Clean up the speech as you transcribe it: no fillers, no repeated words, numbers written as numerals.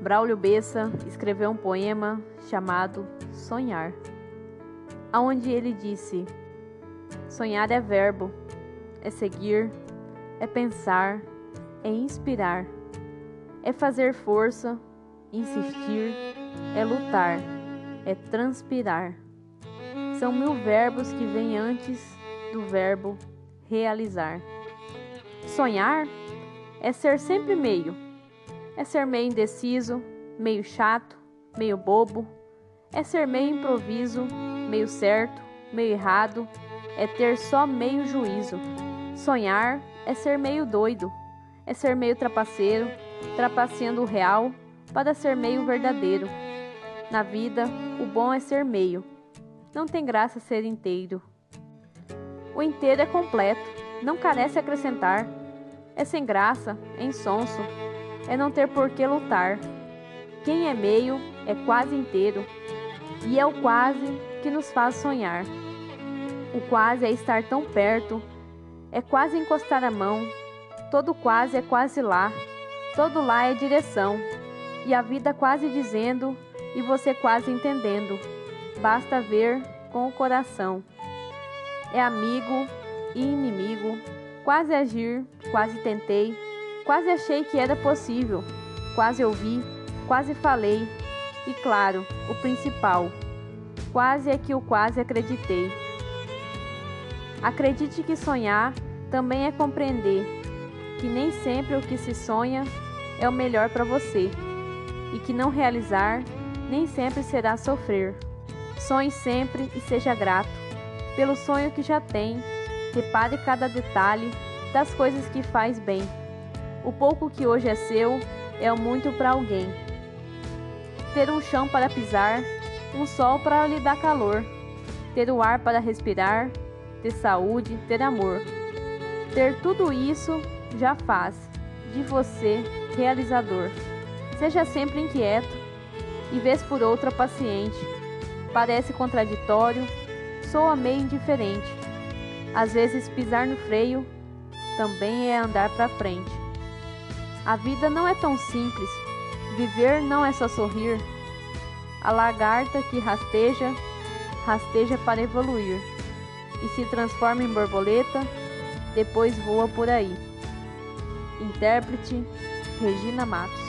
Braulio Bessa escreveu um poema chamado Sonhar, aonde ele disse: sonhar é verbo, é seguir, é pensar, é inspirar, é fazer força, insistir, é lutar, é transpirar. São 1000 verbos que vêm antes do verbo realizar. Sonhar é ser sempre meio. É ser meio indeciso, meio chato, meio bobo. É ser meio improviso, meio certo, meio errado. É ter só meio juízo. Sonhar é ser meio doido. É ser meio trapaceiro, trapaceando o real para ser meio verdadeiro. Na vida, o bom é ser meio. Não tem graça ser inteiro. O inteiro é completo, não carece acrescentar. É sem graça, é insonso, é não ter por que lutar. Quem é meio é quase inteiro, e é o quase que nos faz sonhar. O quase é estar tão perto, é quase encostar a mão. Todo quase é quase lá, todo lá é direção. E a vida quase dizendo, e você quase entendendo. Basta ver com o coração. É amigo e inimigo, quase agir, quase tentei, quase achei que era possível, quase ouvi, quase falei, e claro, o principal, quase é que o quase acreditei. Acredite que sonhar também é compreender que nem sempre o que se sonha é o melhor para você, e que não realizar nem sempre será sofrer. Sonhe sempre e seja grato pelo sonho que já tem. Repare cada detalhe das coisas que faz bem. O pouco que hoje é seu é o muito para alguém. Ter um chão para pisar, um sol para lhe dar calor, ter o ar para respirar, ter saúde, ter amor. Ter tudo isso já faz de você realizador. Seja sempre inquieto e vez por outra paciente. Parece contraditório, soa meio indiferente. Às vezes pisar no freio também é andar para frente. A vida não é tão simples, viver não é só sorrir. A lagarta que rasteja, rasteja para evoluir, e se transforma em borboleta, depois voa por aí. Intérprete Regina Matos.